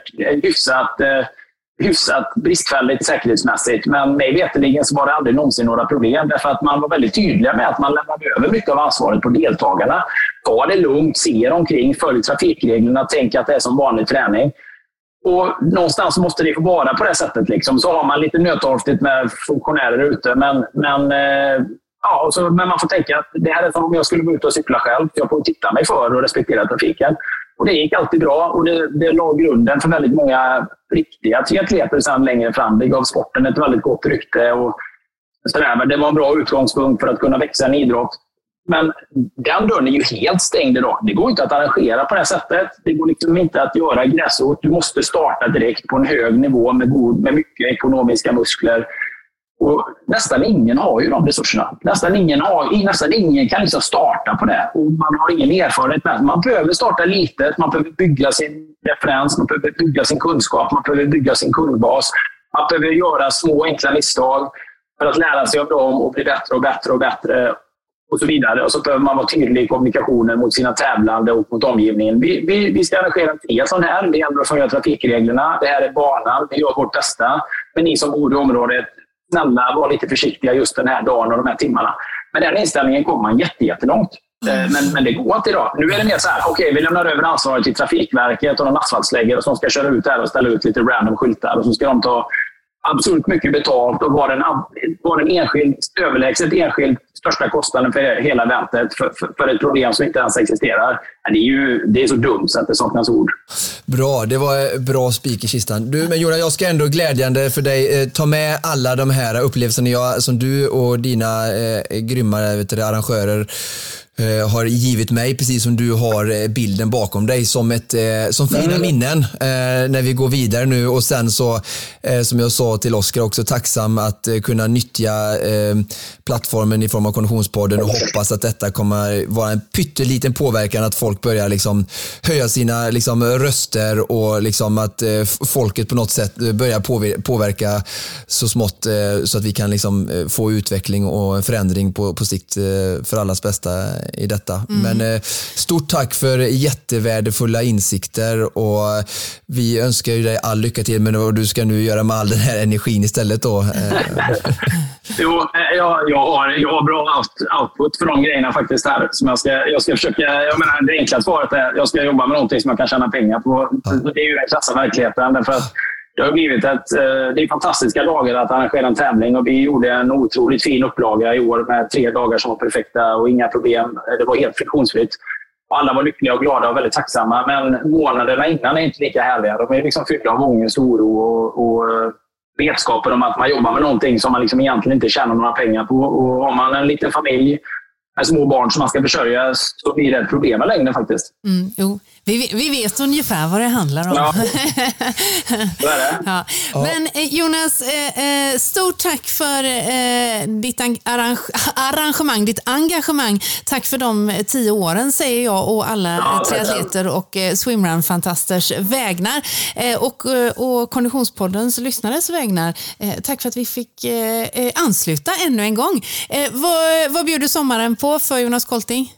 hyfsat bristfälligt säkerhetsmässigt. Men mig veterligen så var det aldrig någonsin några problem därför att man var väldigt tydliga med att man lämnade över mycket av ansvaret på deltagarna. Ta det lugnt, se er omkring, följ trafikreglerna, tänk att det är som vanlig träning. Och någonstans måste det få vara på det sättet. Liksom. Så har man lite nötorftigt med funktionärer ute. Men man får tänka att det här är som om jag skulle gå ut och cykla själv. Jag får titta mig för och respektera trafiken. Och det gick alltid bra. Och det låg grunden för väldigt många riktiga triatleter sedan längre fram. Det gav sporten ett väldigt gott rykte. Och sådär. Men det var en bra utgångspunkt för att kunna växa en idrott. Men den dörren är ju helt stängd idag. Det går inte att arrangera på det här sättet. Det går liksom inte att göra gräsrot. Du måste starta direkt på en hög nivå med mycket ekonomiska muskler. Och nästan ingen har ju de resurserna. Nästan ingen kan liksom starta på det. Och man har ingen erfarenhet med det. Man behöver starta litet, man behöver bygga sin referens, man behöver bygga sin kunskap, man behöver bygga sin kundbas. Man behöver göra små enkla misstag för att lära sig av dem och bli bättre och bättre och bättre och så vidare. Och så behöver man vara tydlig i kommunikationen mot sina tävlande och mot omgivningen. Vi ska arrangera 3 sån här. Det gäller att följa trafikreglerna. Det här är banan. Vi gör vårt bästa. Men ni som bor i området, snälla, var lite försiktiga just den här dagen och de här timmarna. Men den inställningen kommer man jättelångt. Men det går inte idag. Nu är det mer så här, okej, vi lämnar över ansvaret till Trafikverket och de asfaltsläggare som ska köra ut här och ställa ut lite random skyltar. Och så ska de ta absolut mycket betalt och var den överlägset enskild största kostnaden för hela eventet för ett problem som inte ens existerar. Det är så dumt så att det saknas ord. Bra, det var bra spik i kistan. Men Jonas, jag ska ändå glädjande för dig ta med alla de här upplevelserna som du och dina grymma arrangörer har givit mig, precis som du har bilden bakom dig som fina minnen när vi går vidare nu. Och sen så, som jag sa till Oskar, också tacksam att kunna nyttja plattformen i form av Konditionspodden och hoppas att detta kommer vara en pytteliten påverkan, att folk börjar liksom höja sina liksom röster och liksom att folket på något sätt börjar påverka så smått så att vi kan liksom få utveckling och förändring på sikt för allas bästa i detta. Men stort tack för jättevärdefulla insikter och vi önskar ju dig all lycka till med vad du ska nu göra med all den här energin istället då. Jo, jag har bra output för de grejerna faktiskt här som jag ska försöka, jag menar det enkla svaret är jag ska jobba med någonting som jag kan tjäna pengar på. Det är ju den krassa verkligheten därför att det har blivit det är fantastiska dagar att arrangera en tävling och vi gjorde en otroligt fin upplaga i år med 3 dagar som var perfekta och inga problem. Det var helt friktionsfritt. Alla var lyckliga och glada och väldigt tacksamma, men månaderna innan är inte lika härliga. De är liksom fyllda av ångest, oro och vetskapen om att man jobbar med någonting som man liksom egentligen inte tjänar några pengar på. Och har man en liten familj med små barn som man ska försörja så blir det ett problem längre faktiskt. Jo. Vi vet ungefär vad det handlar om. Ja. Så är det. Ja. Men Jonas, stort tack för ditt arrangemang, ditt engagemang. Tack för de 10 åren säger jag och alla triatleter och swimrun-fantasters vägnar och Konditionspoddens lyssnares vägnar. Tack för att vi fick ansluta ännu en gång. Vad bjuder sommaren på för Jonas Kolting?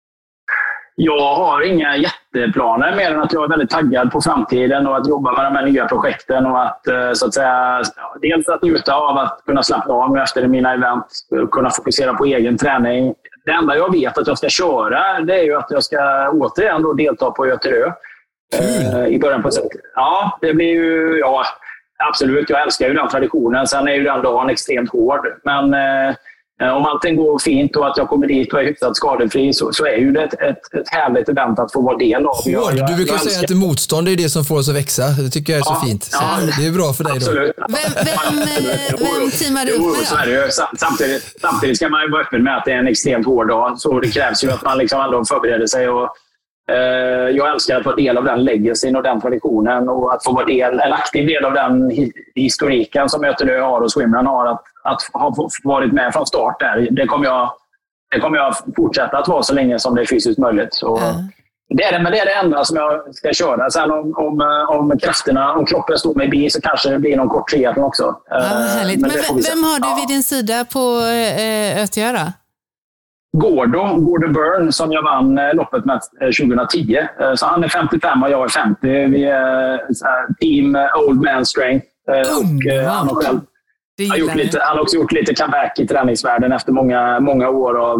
Jag har inga jätteplaner mer än att jag är väldigt taggad på framtiden och att jobba med de här nya projekten och att så att säga dels att njuta av att kunna slappna av efter mina event, kunna fokusera på egen träning. Det enda jag vet att jag ska köra det är ju att jag ska återigen då delta på Göterö i början på sätt. Ja, det blir ju absolut, jag älskar ju den traditionen. Sen är ju den dagen extremt hård, men om allting går fint och att jag kommer dit och är hyfsat skadefri så är ju det ett härligt event att få vara del av. Du brukar säga att motstånd är det som får oss att växa. Det tycker jag är så fint. Så det är bra för dig absolut. då. Vem teamar du upp med? Samtidigt ska man ju vara öppen med att det är en extremt hård dag. Så det krävs ju att man liksom ändå förbereder sig. Och, jag älskar att vara del av den legacyn och den traditionen och att få vara en aktiv del av den historiken som Göterö har och swimrun har, att ha varit med från start där. Det kommer jag fortsätta att vara så länge som det är fysiskt möjligt. Så det är det enda som jag ska köra. Sen om kroppen står med bi så kanske det blir någon kort triathlon också. Härligt. Men vem har du vid din sida på Ötgöra? Gordo Byrne som jag vann loppet med 2010. Så han är 55 och jag är 50. Vi är team Old Man Strength. Och han har själv han har också gjort lite comeback i träningsvärlden efter många år av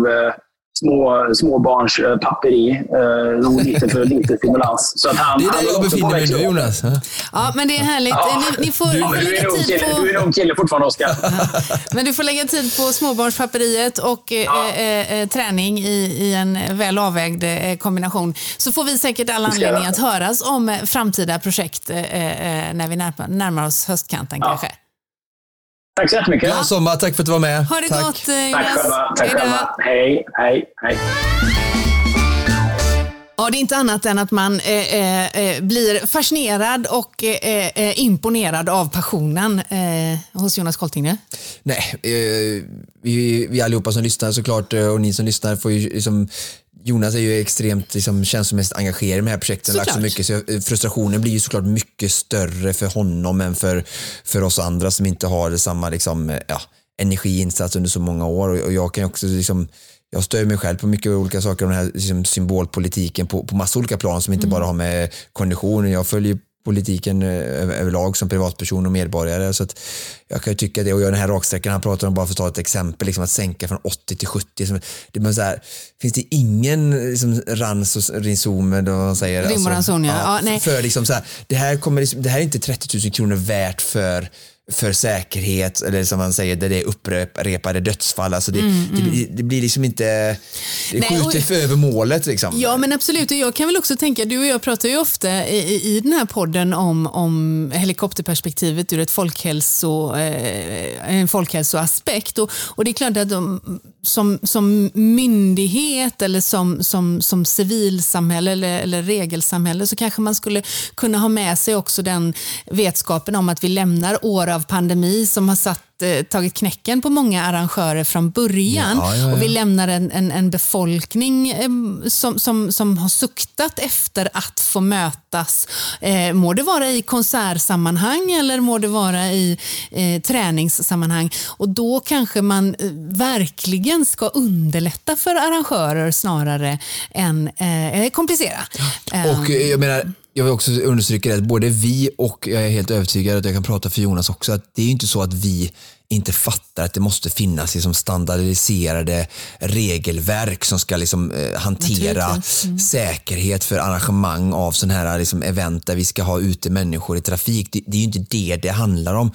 småbarns papperi och lite stimulans. Så att det är där jag befinner mig nu, Jonas. Ja, men det är härligt. Ni får lägga tid på... Du är en ung kille fortfarande, Oskar. Men du får lägga tid på småbarnspapperiet och träning i en väl avvägd kombination. Så får vi säkert alla anledning att höras om framtida projekt när vi närmar oss höstkanten kanske. Tack så jättemycket. Glad sommar, tack för att du var med. Ha det gott, Jonas. Tack själva. Hej. Ja, det är inte annat än att man blir fascinerad och imponerad av passionen hos Jonas Koltinger. Nej, vi allihopa som lyssnar såklart, och ni som lyssnar får ju liksom, Jonas är ju extremt liksom, känslomässigt engagerad i de här projekten. Lagt så mycket, så frustrationen blir ju såklart mycket större för honom än för oss andra som inte har samma liksom, energiinsats under så många år. Och jag kan också liksom, jag stör mig själv på mycket olika saker, den här liksom, symbolpolitiken på massa olika plan som inte bara har med konditionen. Jag följer politiken överlag som privatperson och medborgare, så att jag kan ju tycka det. Och den här raksträckan han pratar om, bara för att ta ett exempel, liksom att sänka från 80 till 70, det är så här, finns det ingen liksom, rans och rinzon då man säger rimranson, för liksom så här, det här är inte 30 000 kronor värt för säkerhet, eller som man säger, där det är upprepade dödsfall. Alltså det blir liksom inte, det skjuter för över målet liksom. Ja, men absolut, och jag kan väl också tänka, du och jag pratar ju ofta i den här podden om helikopterperspektivet ur ett en folkhälsoaspekt, och det är klart att som myndighet eller som civilsamhälle eller regelsamhälle, så kanske man skulle kunna ha med sig också den vetskapen om att vi lämnar år av pandemi som har tagit knäcken på många arrangörer från början. Och vi lämnar en befolkning som har suktat efter att få mötas. Må det vara i konsertsammanhang eller må det vara i träningssammanhang. Och då kanske man verkligen ska underlätta för arrangörer snarare än komplicera. Och jag menar, jag vill också understryka att både vi och jag är helt övertygad att jag kan prata för Jonas också, att det är inte så att vi inte fattar att det måste finnas liksom standardiserade regelverk som ska liksom hantera säkerhet för arrangemang av sån här liksom event där vi ska ha ute människor i trafik. Det är ju inte det handlar om.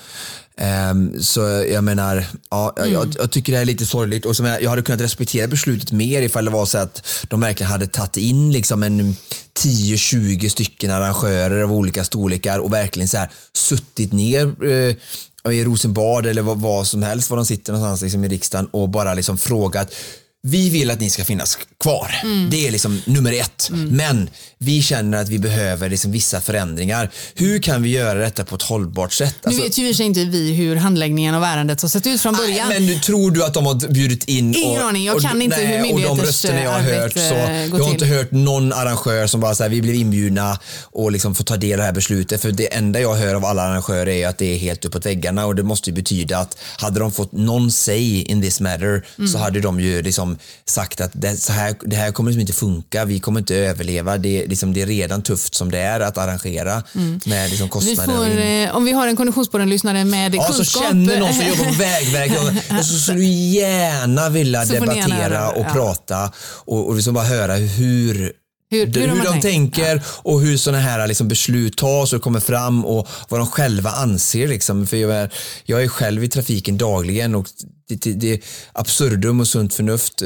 Så jag menar, jag tycker det är lite sorgligt, och som jag hade kunnat respektera beslutet mer ifall det var så att de verkligen hade tagit in liksom en 10-20 stycken arrangörer av olika storlekar och verkligen så här suttit ner i Rosenbad eller vad som helst, var de sitter någonstans liksom i riksdagen, och bara liksom frågat: vi vill att ni ska finnas kvar. Det är liksom nummer 1. Men vi känner att vi behöver liksom vissa förändringar. Hur kan vi göra detta på ett hållbart sätt? Nu vet ju inte vi hur handläggningen av ärendet har sett ut från början. Men nu tror du att de har bjudit in? Ingen aning, jag kan inte hur myndigheters och de rösterna jag har hört, så jag har inte hört någon arrangör som bara så här, vi blev inbjudna och liksom får ta del av det här beslutet. För det enda jag hör av alla arrangörer är att det är helt uppåt väggarna, och det måste ju betyda att hade de fått någon say in this matter, så hade de ju liksom sagt att det här kommer liksom inte funka, vi kommer inte överleva, det är redan tufft som det är att arrangera med liksom kostnader. Om vi har en Konditionspodden-lyssnare med kunskap. Så känner någon som jobbar på Vägverket och så skulle du gärna vilja debattera och prata och liksom bara höra hur de tänker och hur såna här liksom beslut tas och kommer fram och vad de själva anser liksom. För jag är själv i trafiken dagligen, och det är absurdum och sunt förnuft.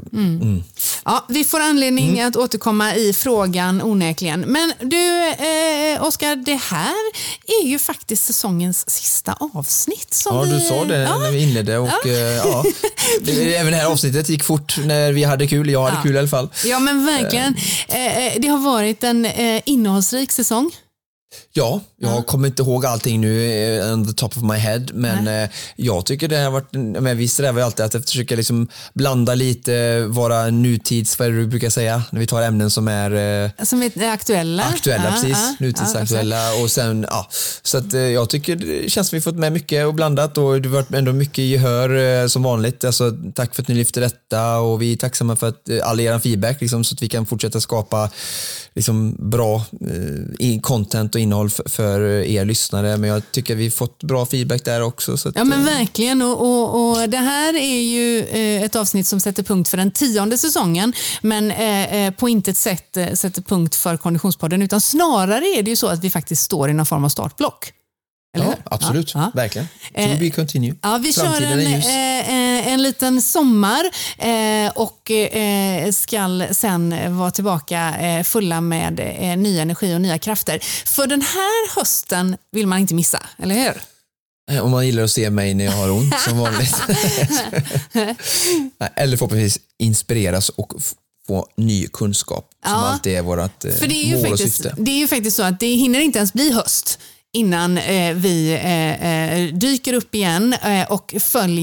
Ja, vi får anledning att återkomma i frågan onekligen. Men du, Oskar, det här är ju faktiskt säsongens sista avsnitt. Du sa det när vi inledde, och även det här avsnittet gick fort när vi hade kul. Jag hade kul i alla fall. Ja, men verkligen. Det har varit en innehållsrik säsong. Ja, jag kommer inte ihåg allting nu on the top of my head, men jag tycker det har varit, men vi strävar ju alltid att försöka liksom blanda lite, vara nutids, vad du brukar säga, när vi tar ämnen som är aktuella, precis, nutidsaktuella, och sen, så att jag tycker det känns som vi fått med mycket och blandat, och det har varit ändå mycket gehör som vanligt, alltså tack för att ni lyfter detta, och vi är tacksamma för att all er feedback liksom, så att vi kan fortsätta skapa liksom bra content och innehåll för er lyssnare, men jag tycker vi fått bra feedback där också. Så att, ja, men verkligen, och det här är ju ett avsnitt som sätter punkt för den 10:e säsongen, men på intet sätt sätter punkt för Konditionspodden, utan snarare är det ju så att vi faktiskt står i någon form av startblock. Eller hur? Absolut, verkligen. To be continue. Ja, vi kör en liten sommar och ska sen vara tillbaka fulla med ny energi och nya krafter. För den här hösten vill man inte missa, eller hur? Om man gillar att se mig när jag har ont, som vanligt. Eller förhoppningsvis inspireras och få ny kunskap som alltid är vårt För det är ju mål och faktiskt, syfte. det är ju faktiskt så att det hinner inte ens bli höst innan vi dyker upp igen och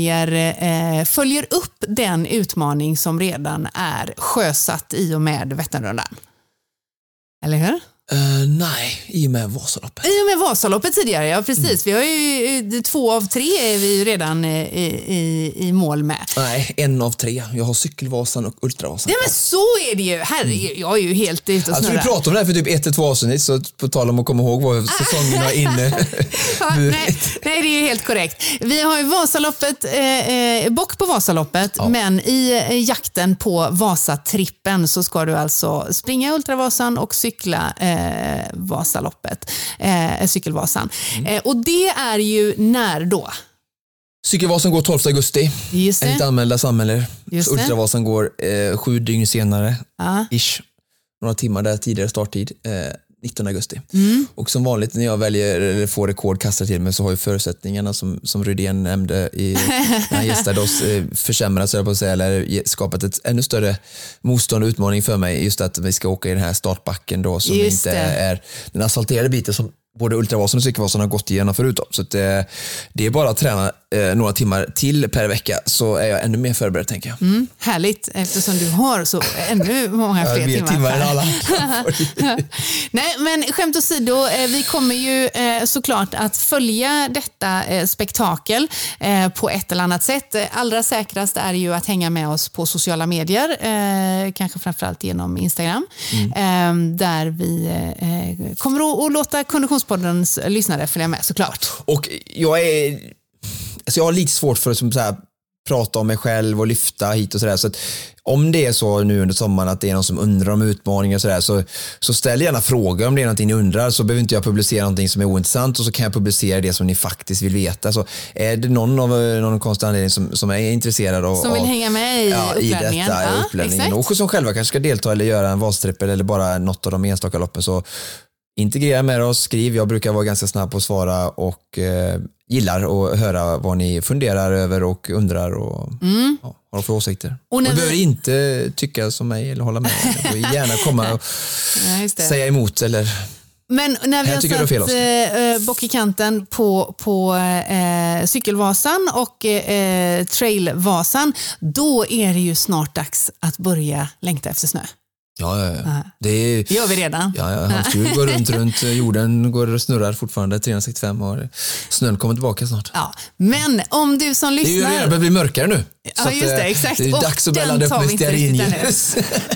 följer upp den utmaning som redan är sjösatt i och med Vätternrundan. Eller hur? Nej, i och med Vasaloppet. I och med Vasaloppet tidigare, ja precis. Vi har ju 2 av 3 är vi ju redan i mål med. Nej, 1 av 3. Jag har Cykelvasan och Ultravasan. Ja men så är det ju. Herregud, jag är ju helt ute och snurrar. Vi pratade om det här för typ 1-2 avsnitt, så på tal om att komma ihåg vad säsongen är inne. nej, det är ju helt korrekt. Vi har ju Vasaloppet, bock på Vasaloppet, men i jakten på Vasatrippen så ska du alltså springa Ultravasan och cykla Vasaloppet, Cykelvasan. Och det är ju när då? Cykelvasan går 12 augusti. Just det. Enligt anmälda samhällen. Ultravasan går 7 dygn senare. Ish. Några timmar där tidigare starttid. 19 augusti. Och som vanligt när jag väljer eller får rekord kastat till mig så har ju förutsättningarna som Rydén nämnde när han gästade oss försämrats eller skapat ett ännu större motstånd och utmaning för mig, just att vi ska åka i den här startbacken då som just inte är den asfalterade biten som både Ultravasan och Cykelvasan har gått igenom förut. Så att det är bara att träna några timmar till per vecka så är jag ännu mer förberedd, tänker jag. Härligt, eftersom du har så ännu många fler timmar än alla. Nej, men skämt åsido, vi kommer ju såklart att följa detta spektakel på ett eller annat sätt. Allra säkrast är ju att hänga med oss på sociala medier, kanske framförallt genom Instagram, där vi kommer att låta Konditionspoddens lyssnare följa med, såklart. Och jag har lite svårt för att prata om mig själv och lyfta hit och sådär, så att om det är så nu under sommaren att det är någon som undrar om utmaningar och sådär, så ställ gärna frågor om det är någonting ni undrar, så behöver inte jag publicera någonting som är ointressant och så kan jag publicera det som ni faktiskt vill veta. Så är det någon konstig anledning som är intresserad av som vill hänga med i uppladdningen och som själva kanske ska delta eller göra en Vasatrippel eller bara något av de enstaka loppen, så integrera med oss, skriv. Jag brukar vara ganska snabb på att svara och gillar att höra vad ni funderar över och undrar och har för åsikter. Och behöver inte tycka som mig eller hålla med. Och gärna komma och säga emot eller... Men när vi har satt bock i kanten på Cykelvasan och Trailvasan, då är det ju snart dags att börja längta efter snö. Ja. Det gör vi redan. Hans hjul går runt jorden går och snurrar fortfarande 365 år. Snön kommer tillbaka snart. Ja, men om du som lyssnar... Det är ju redan börjar bli mörkare nu. Ja, just det, exakt. Det är dags att bälla upp med stearinljus.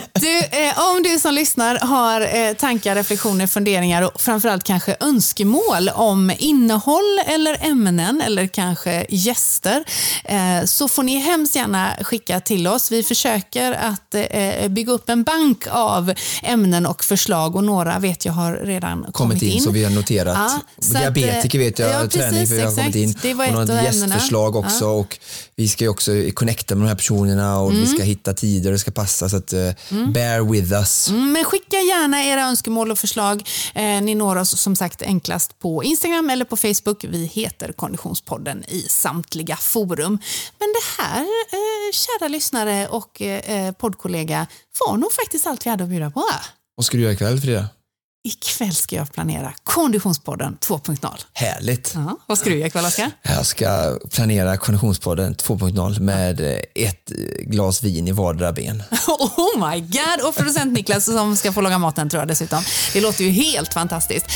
Om du som lyssnar har tankar, reflektioner, funderingar och framförallt kanske önskemål om innehåll eller ämnen eller kanske gäster, så får ni hemskt gärna skicka till oss. Vi försöker att bygga upp en bank av ämnen och förslag och några vet jag har redan kommit in. Så vi har noterat. Diabetiker vet jag, träning för jag har kommit in. Det var och något gästförslag också och vi ska ju också connecta med de här personerna och vi ska hitta tider och det ska passa, så att bear with us. Men skicka gärna era önskemål och förslag. Ni når oss som sagt enklast på Instagram eller på Facebook. Vi heter Konditionspodden i samtliga forum. Men det här, kära lyssnare och poddkollega, var nog faktiskt allt vi hade att bjuda på. Vad ska du göra ikväll, Frida? Ikväll ska jag planera Konditionspodden 2.0. Härligt. Ja, vad ska du göra ikväll, Oskar? Jag ska planera Konditionspodden 2.0 med ett glas vin i vardera ben. Oh my god! Och producent Niklas som ska få laga maten, tror jag dessutom. Det låter ju helt fantastiskt.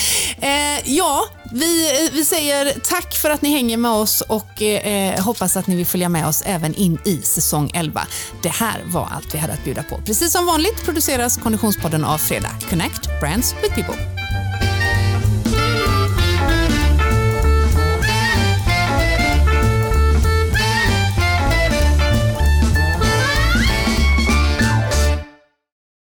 Vi säger tack för att ni hänger med oss och hoppas att ni vill följa med oss även in i säsong 11. Det här var allt vi hade att bjuda på. Precis som vanligt produceras Konditionspodden av Fredag. Connect Brands with People.